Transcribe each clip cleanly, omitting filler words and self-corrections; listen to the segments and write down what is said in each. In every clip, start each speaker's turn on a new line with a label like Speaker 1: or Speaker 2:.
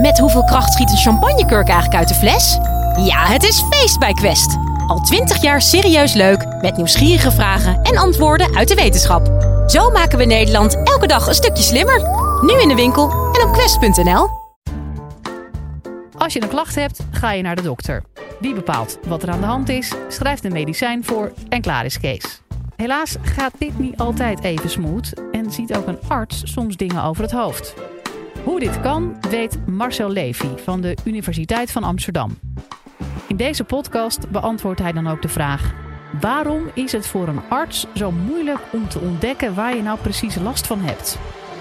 Speaker 1: Met hoeveel kracht schiet een champagnekurk eigenlijk uit de fles? Ja, het is feest bij Quest. Al 20 jaar serieus leuk, met nieuwsgierige vragen en antwoorden uit de wetenschap. Zo maken we Nederland elke dag een stukje slimmer. Nu in de winkel en op quest.nl.
Speaker 2: Als je een klacht hebt, ga je naar de dokter. Die bepaalt wat er aan de hand is, schrijft een medicijn voor en klaar is Kees. Helaas gaat dit niet altijd even smooth en ziet ook een arts soms dingen over het hoofd. Hoe dit kan, weet Marcel Levy van de Universiteit van Amsterdam. In deze podcast beantwoordt hij dan ook de vraag: waarom is het voor een arts zo moeilijk om te ontdekken waar je nou precies last van hebt?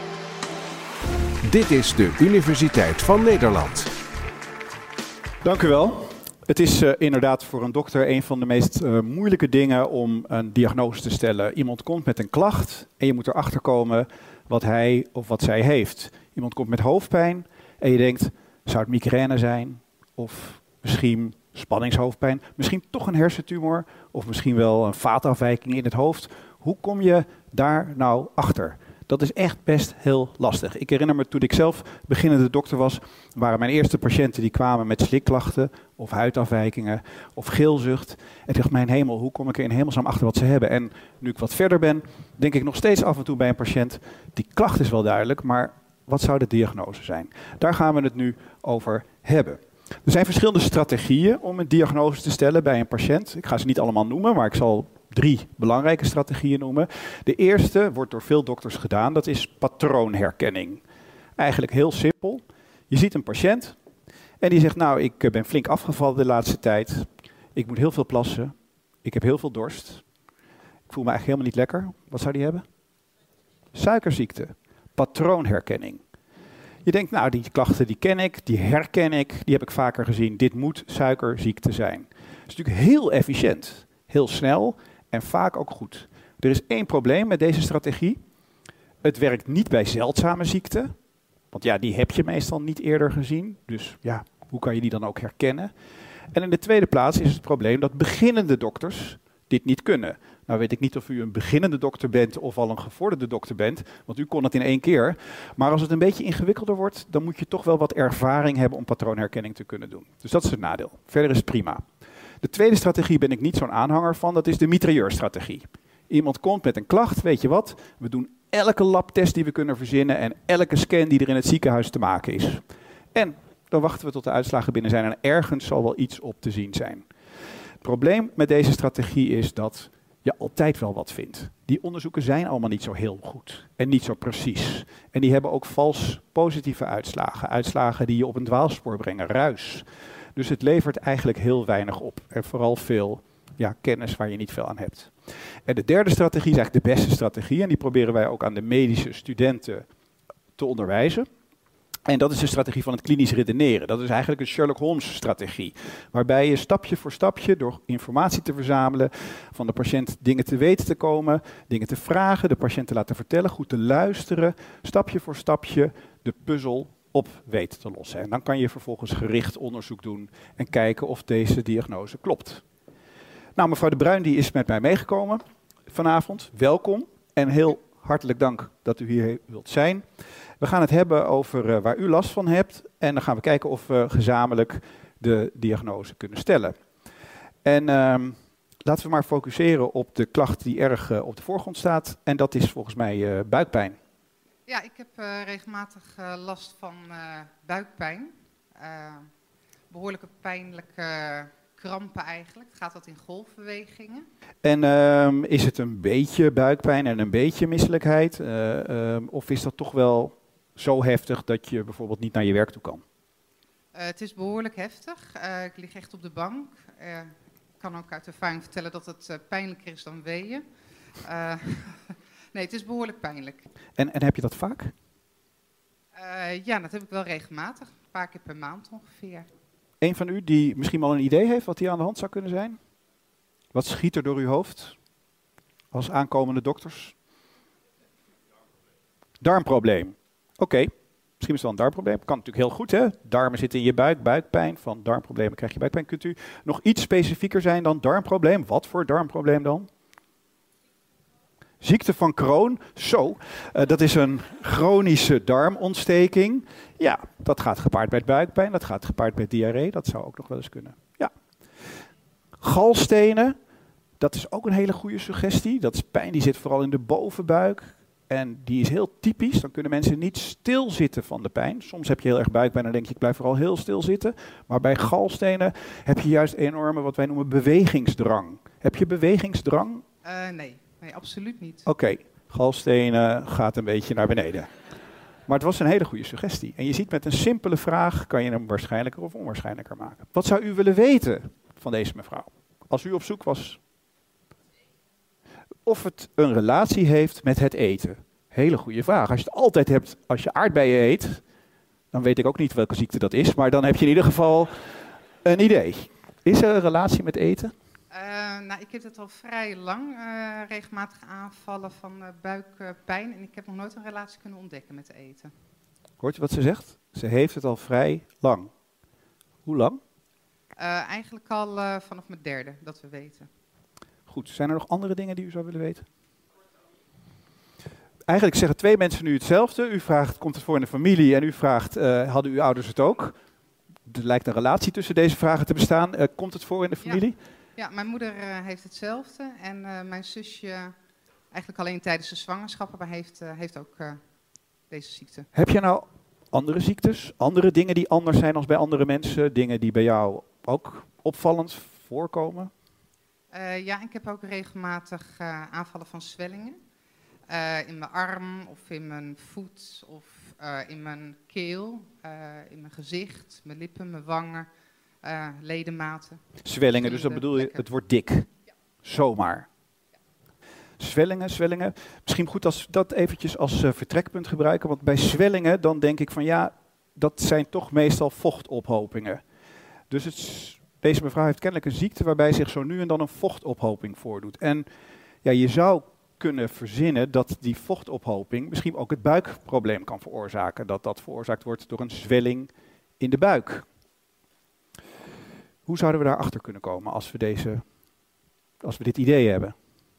Speaker 3: Dit is de Universiteit van Nederland.
Speaker 4: Dank u wel. Het is inderdaad voor een dokter een van de meest moeilijke dingen om een diagnose te stellen. Iemand komt met een klacht en je moet erachter komen wat hij of wat zij heeft. Iemand komt met hoofdpijn en je denkt, zou het migraine zijn? Of misschien spanningshoofdpijn? Misschien toch een hersentumor? Of misschien wel een vaatafwijking in het hoofd? Hoe kom je daar nou achter? Dat is echt best heel lastig. Ik herinner me toen ik zelf beginnende dokter was, waren mijn eerste patiënten die kwamen met slikklachten of huidafwijkingen of geelzucht. En ik dacht, mijn hemel, hoe kom ik er in hemelsnaam achter wat ze hebben? En nu ik wat verder ben, denk ik nog steeds af en toe bij een patiënt, die klacht is wel duidelijk, maar wat zou de diagnose zijn? Daar gaan we het nu over hebben. Er zijn verschillende strategieën om een diagnose te stellen bij een patiënt. Ik ga ze niet allemaal noemen, maar ik zal 3 belangrijke strategieën noemen. De eerste wordt door veel dokters gedaan, dat is patroonherkenning. Eigenlijk heel simpel. Je ziet een patiënt en die zegt, nou, ik ben flink afgevallen de laatste tijd. Ik moet heel veel plassen. Ik heb heel veel dorst. Ik voel me eigenlijk helemaal niet lekker. Wat zou die hebben? Suikerziekte. Patroonherkenning. Je denkt, nou, die klachten die ken ik, die herken ik, die heb ik vaker gezien. Dit moet suikerziekte zijn. Dat is natuurlijk heel efficiënt, heel snel en vaak ook goed. Er is 1 probleem met deze strategie. Het werkt niet bij zeldzame ziekten, want ja, die heb je meestal niet eerder gezien. Dus ja, hoe kan je die dan ook herkennen? En in de tweede plaats is het probleem dat beginnende dokters dit niet kunnen. Nou weet ik niet of u een beginnende dokter bent of al een gevorderde dokter bent, want u kon het in 1 keer. Maar als het een beetje ingewikkelder wordt, dan moet je toch wel wat ervaring hebben om patroonherkenning te kunnen doen. Dus dat is het nadeel. Verder is het prima. De tweede strategie ben ik niet zo'n aanhanger van, dat is de mitrailleurstrategie. Iemand komt met een klacht, weet je wat, we doen elke labtest die we kunnen verzinnen en elke scan die er in het ziekenhuis te maken is. En dan wachten we tot de uitslagen binnen zijn en ergens zal wel iets op te zien zijn. Het probleem met deze strategie is dat je altijd wel wat vindt. Die onderzoeken zijn allemaal niet zo heel goed en niet zo precies. En die hebben ook vals positieve uitslagen. Uitslagen die je op een dwaalspoor brengen, ruis. Dus het levert eigenlijk heel weinig op. En vooral veel kennis waar je niet veel aan hebt. En de derde strategie is eigenlijk de beste strategie. En die proberen wij ook aan de medische studenten te onderwijzen. En dat is de strategie van het klinisch redeneren. Dat is eigenlijk een Sherlock Holmes strategie. Waarbij je stapje voor stapje door informatie te verzamelen, van de patiënt dingen te weten te komen, dingen te vragen, de patiënt te laten vertellen, goed te luisteren, stapje voor stapje de puzzel op weet te lossen. En dan kan je vervolgens gericht onderzoek doen en kijken of deze diagnose klopt. Nou, mevrouw De Bruin die is met mij meegekomen vanavond. Welkom en heel hartelijk dank dat u hier wilt zijn. We gaan het hebben over waar u last van hebt en dan gaan we kijken of we gezamenlijk de diagnose kunnen stellen. En laten we maar focuseren op de klacht die erg op de voorgrond staat en dat is volgens mij buikpijn.
Speaker 5: Ja, ik heb regelmatig last van buikpijn. Behoorlijke pijnlijke krampen eigenlijk. Gaat dat in golfbewegingen. En
Speaker 4: is het een beetje buikpijn en een beetje misselijkheid? Of is dat toch wel zo heftig dat je bijvoorbeeld niet naar je werk toe kan?
Speaker 5: Het is behoorlijk heftig. Ik lig echt op de bank. Ik kan ook uit ervaring vertellen dat het pijnlijker is dan weeën. Nee, het is behoorlijk pijnlijk.
Speaker 4: En heb je dat vaak?
Speaker 5: Ja, dat heb ik wel regelmatig. Een paar keer per maand ongeveer.
Speaker 4: Eén van u die misschien wel een idee heeft wat hier aan de hand zou kunnen zijn? Wat schiet er door uw hoofd als aankomende dokters? Darmprobleem. Oké, misschien is het wel een darmprobleem. Kan natuurlijk heel goed, hè? Darmen zitten in je buik, buikpijn. Van darmproblemen krijg je buikpijn. Kunt u nog iets specifieker zijn dan darmprobleem? Wat voor darmprobleem dan? Ziekte van Crohn, dat is een chronische darmontsteking. Ja, dat gaat gepaard met buikpijn, dat gaat gepaard met diarree, dat zou ook nog wel eens kunnen. Ja. Galstenen, dat is ook een hele goede suggestie. Dat is pijn, die zit vooral in de bovenbuik. En die is heel typisch, dan kunnen mensen niet stilzitten van de pijn. Soms heb je heel erg buikpijn en dan denk je, ik blijf vooral heel stil zitten. Maar bij galstenen heb je juist enorme, wat wij noemen, bewegingsdrang. Heb je bewegingsdrang?
Speaker 5: Nee, absoluut niet.
Speaker 4: Oké, galstenen gaat een beetje naar beneden. Maar het was een hele goede suggestie. En je ziet met een simpele vraag kan je hem waarschijnlijker of onwaarschijnlijker maken. Wat zou u willen weten van deze mevrouw? Als u op zoek was. Of het een relatie heeft met het eten. Hele goede vraag. Als je het altijd hebt, als je aardbeien eet, dan weet ik ook niet welke ziekte dat is. Maar dan heb je in ieder geval een idee. Is er een relatie met eten?
Speaker 5: Ik heb het al vrij lang, regelmatig aanvallen van buikpijn. En ik heb nog nooit een relatie kunnen ontdekken met eten.
Speaker 4: Hoort je wat ze zegt? Ze heeft het al vrij lang. Hoe lang?
Speaker 5: Eigenlijk al vanaf mijn derde, dat we weten.
Speaker 4: Goed, zijn er nog andere dingen die u zou willen weten? Eigenlijk zeggen twee mensen nu hetzelfde. U vraagt, komt het voor in de familie? En u vraagt, hadden uw ouders het ook? Er lijkt een relatie tussen deze vragen te bestaan. Komt het voor in de familie?
Speaker 5: Ja, mijn moeder heeft hetzelfde. En mijn zusje, eigenlijk alleen tijdens de zwangerschappen, maar heeft ook deze ziekte.
Speaker 4: Heb je nou andere ziektes? Andere dingen die anders zijn dan bij andere mensen? Dingen die bij jou ook opvallend voorkomen?
Speaker 5: Ik heb ook regelmatig aanvallen van zwellingen. In mijn arm of in mijn voet of in mijn keel, in mijn gezicht, mijn lippen, mijn wangen, ledematen.
Speaker 4: Zwellingen, dus dat bedoel je, het wordt dik.
Speaker 5: Ja.
Speaker 4: Zomaar. Ja. Zwellingen. Misschien goed als we dat eventjes als vertrekpunt gebruiken, want bij zwellingen dan denk ik van ja, dat zijn toch meestal vochtophopingen. Dus deze mevrouw heeft kennelijk een ziekte waarbij zich zo nu en dan een vochtophoping voordoet. En ja, je zou kunnen verzinnen dat die vochtophoping misschien ook het buikprobleem kan veroorzaken. Dat veroorzaakt wordt door een zwelling in de buik. Hoe zouden we daarachter kunnen komen als we dit idee hebben?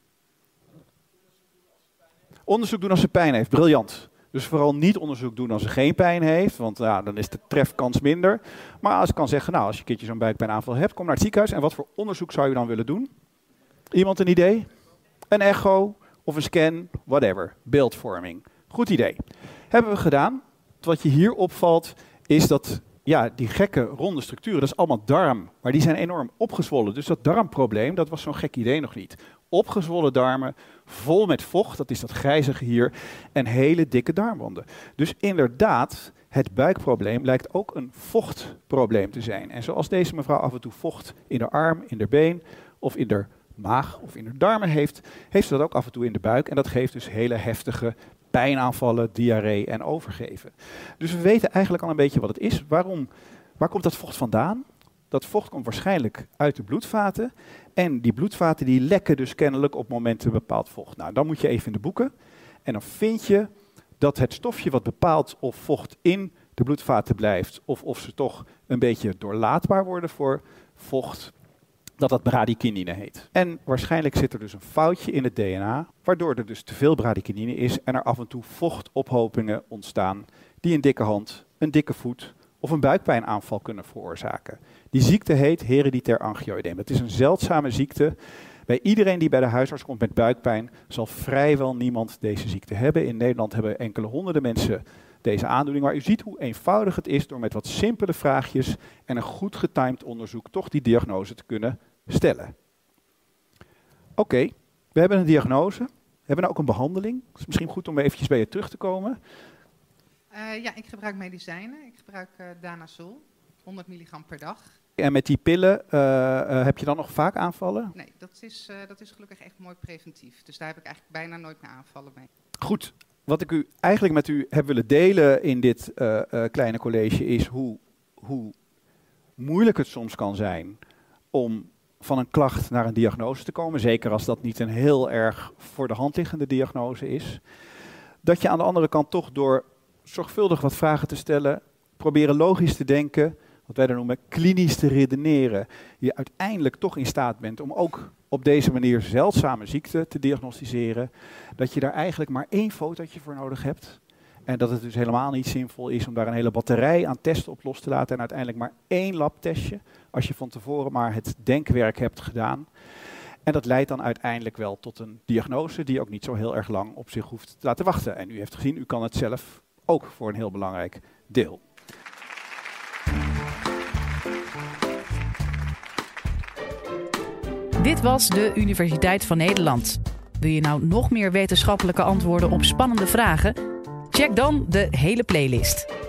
Speaker 4: Onderzoek doen als ze pijn heeft, briljant. Dus vooral niet onderzoek doen als ze geen pijn heeft, want dan is de trefkans minder. Maar als ik kan zeggen, als je een keertje zo'n buikpijnaanval hebt, kom naar het ziekenhuis. En wat voor onderzoek zou je dan willen doen? Iemand een idee? Een echo of een scan, whatever. Beeldvorming. Goed idee. Hebben we gedaan. Wat je hier opvalt is dat die gekke ronde structuren, dat is allemaal darm. Maar die zijn enorm opgezwollen. Dus dat darmprobleem, dat was zo'n gek idee nog niet. Opgezwollen darmen, vol met vocht, dat is dat grijzige hier, en hele dikke darmwanden. Dus inderdaad, het buikprobleem lijkt ook een vochtprobleem te zijn. En zoals deze mevrouw af en toe vocht in de arm, in de been of in de maag of in de darmen heeft ze dat ook af en toe in de buik. En dat geeft dus hele heftige pijnaanvallen, diarree en overgeven. Dus we weten eigenlijk al een beetje wat het is. Waar komt dat vocht vandaan? Dat vocht komt waarschijnlijk uit de bloedvaten. En die bloedvaten die lekken dus kennelijk op momenten bepaald vocht. Nou, dan moet je even in de boeken. En dan vind je dat het stofje wat bepaalt of vocht in de bloedvaten blijft, of ze toch een beetje doorlaatbaar worden voor vocht, dat bradykinine heet. En waarschijnlijk zit er dus een foutje in het DNA, waardoor er dus te veel bradykinine is en er af en toe vochtophopingen ontstaan die een dikke hand, een dikke voet of een buikpijnaanval kunnen veroorzaken. Die ziekte heet hereditair angioedeem. Het is een zeldzame ziekte. Bij iedereen die bij de huisarts komt met buikpijn, zal vrijwel niemand deze ziekte hebben. In Nederland hebben enkele honderden mensen deze aandoening. Maar u ziet hoe eenvoudig het is door met wat simpele vraagjes en een goed getimed onderzoek toch die diagnose te kunnen stellen. Oké, we hebben een diagnose. We hebben nou ook een behandeling. Het is misschien goed om eventjes bij je terug te komen.
Speaker 5: Ik gebruik medicijnen. Ik gebruik Danazol, 100 milligram per dag.
Speaker 4: En met die pillen heb je dan nog vaak aanvallen?
Speaker 5: Nee, dat is gelukkig echt mooi preventief. Dus daar heb ik eigenlijk bijna nooit meer aanvallen mee.
Speaker 4: Goed. Wat ik eigenlijk met u heb willen delen in dit kleine college is hoe moeilijk het soms kan zijn om van een klacht naar een diagnose te komen. Zeker als dat niet een heel erg voor de hand liggende diagnose is. Dat je aan de andere kant toch door zorgvuldig wat vragen te stellen, proberen logisch te denken, wat wij dan noemen klinisch te redeneren, je uiteindelijk toch in staat bent om ook op deze manier zeldzame ziekten te diagnosticeren, dat je daar eigenlijk maar 1 fotootje voor nodig hebt. En dat het dus helemaal niet zinvol is om daar een hele batterij aan testen op los te laten en uiteindelijk maar 1 labtestje, als je van tevoren maar het denkwerk hebt gedaan. En dat leidt dan uiteindelijk wel tot een diagnose die ook niet zo heel erg lang op zich hoeft te laten wachten. En u heeft gezien, u kan het zelf ook voor een heel belangrijk deel.
Speaker 2: Dit was de Universiteit van Nederland. Wil je nou nog meer wetenschappelijke antwoorden op spannende vragen? Check dan de hele playlist.